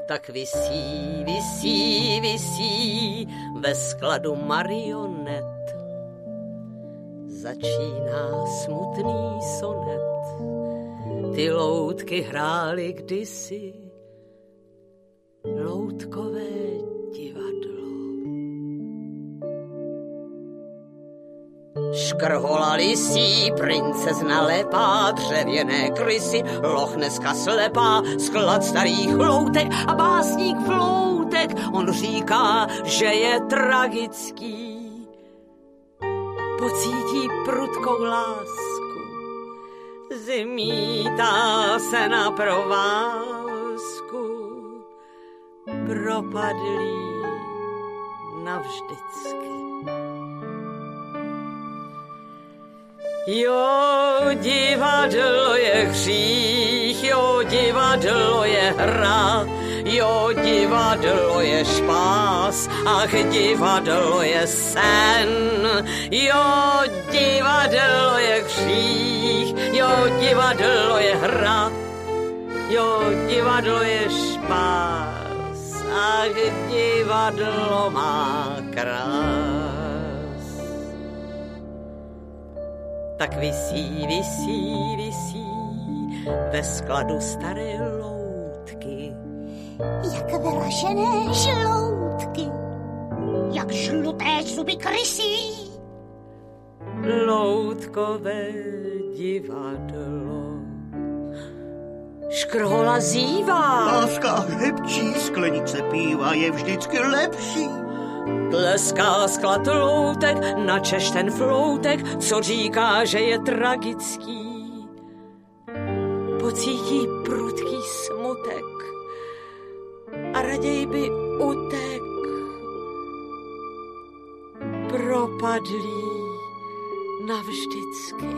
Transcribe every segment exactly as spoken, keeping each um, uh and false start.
tak visí, visí, visí ve skladu marionet. Začíná smutný sonet, ty loutky hrály kdysi, loutkové divadlo. Škrhola lisí, princezna lepá, dřevěné krysy, lochneska slepá, sklad starých loutek a básník floutek. On říká, že je tragický, pocítí prudkou lásku, zmítá se na provázku, propadlý navždycky. Jo, divadlo je hřích, jo, divadlo je hra, jo, divadlo je špás, ach, divadlo je sen. Jo, divadlo je hřích, jo, divadlo je hra, jo, divadlo je špás, ach, divadlo má krás. Tak visí, visí, visí ve skladu staré loutky. Jak vyražené žloutky, jak žluté zuby krysí. Loutkové divadlo. Škrhola zívá. Láska hepčí, sklenice píva je vždycky lepší. Tleská sklad loutek, načež ten floutek, co říká, že je tragický. Pocítí prudký smutek a raději by utek. Propadlý navždycky.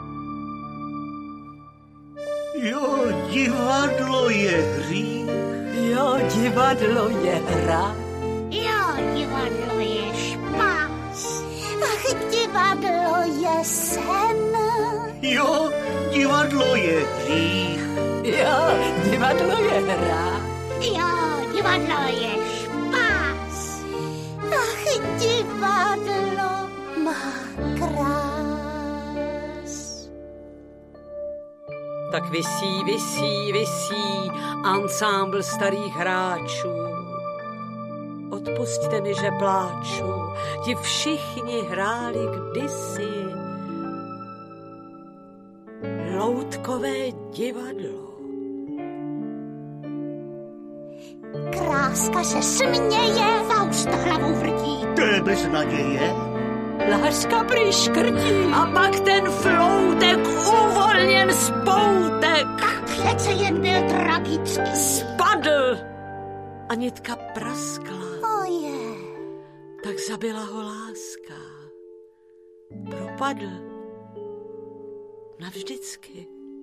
Jo, divadlo je hřích. Jo, divadlo je hra. Jo, divadlo je špás, ach, divadlo je sen. Jo, divadlo je hřích. Jo, divadlo je hra. Jo, divadlo je špás, ach, divadlo má krás. Tak visí, visí, visí ansámbl starých hráčů. Odpusťte mi, že pláču, ti všichni hráli kdysi loutkové divadlo. Kráska se směje, Faust hlavou vrtí. To je bez naděje. Láska prý škrtí a pak ten floutek uvolněn z poutek. Ach, přece jen byl tragický. Spadl a nitka praskla. Oje. Tak zabila ho láska. Propadl navždycky.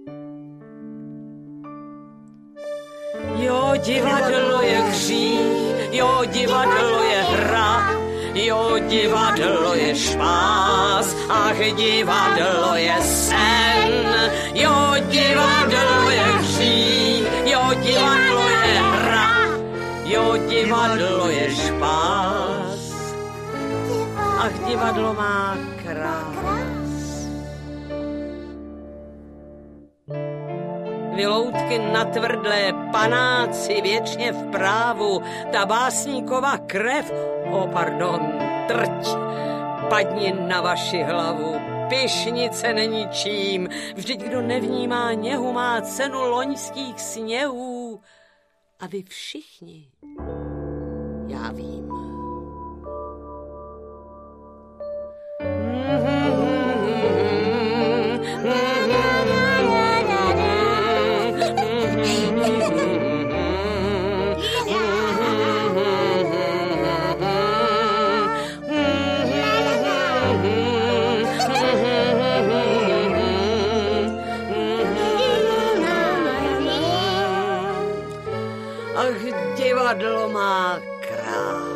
Jo, divadlo je hřích, jo, divadlo je hra, jo, divadlo je špás, ach, divadlo je sen. Jo, divadlo je hřích, jo, divadlo je hra, jo, divadlo je špás, ach, divadlo má krás. Vy loutky natvrdlé, panáci věčně v právu, ta básníková krev, o pardon, trť, padni na vaši hlavu, pyšnice není čím, vždyť kdo nevnímá něhu, má cenu loňských sněhů. A vy všichni, já vím. Ach, divadlo má krás.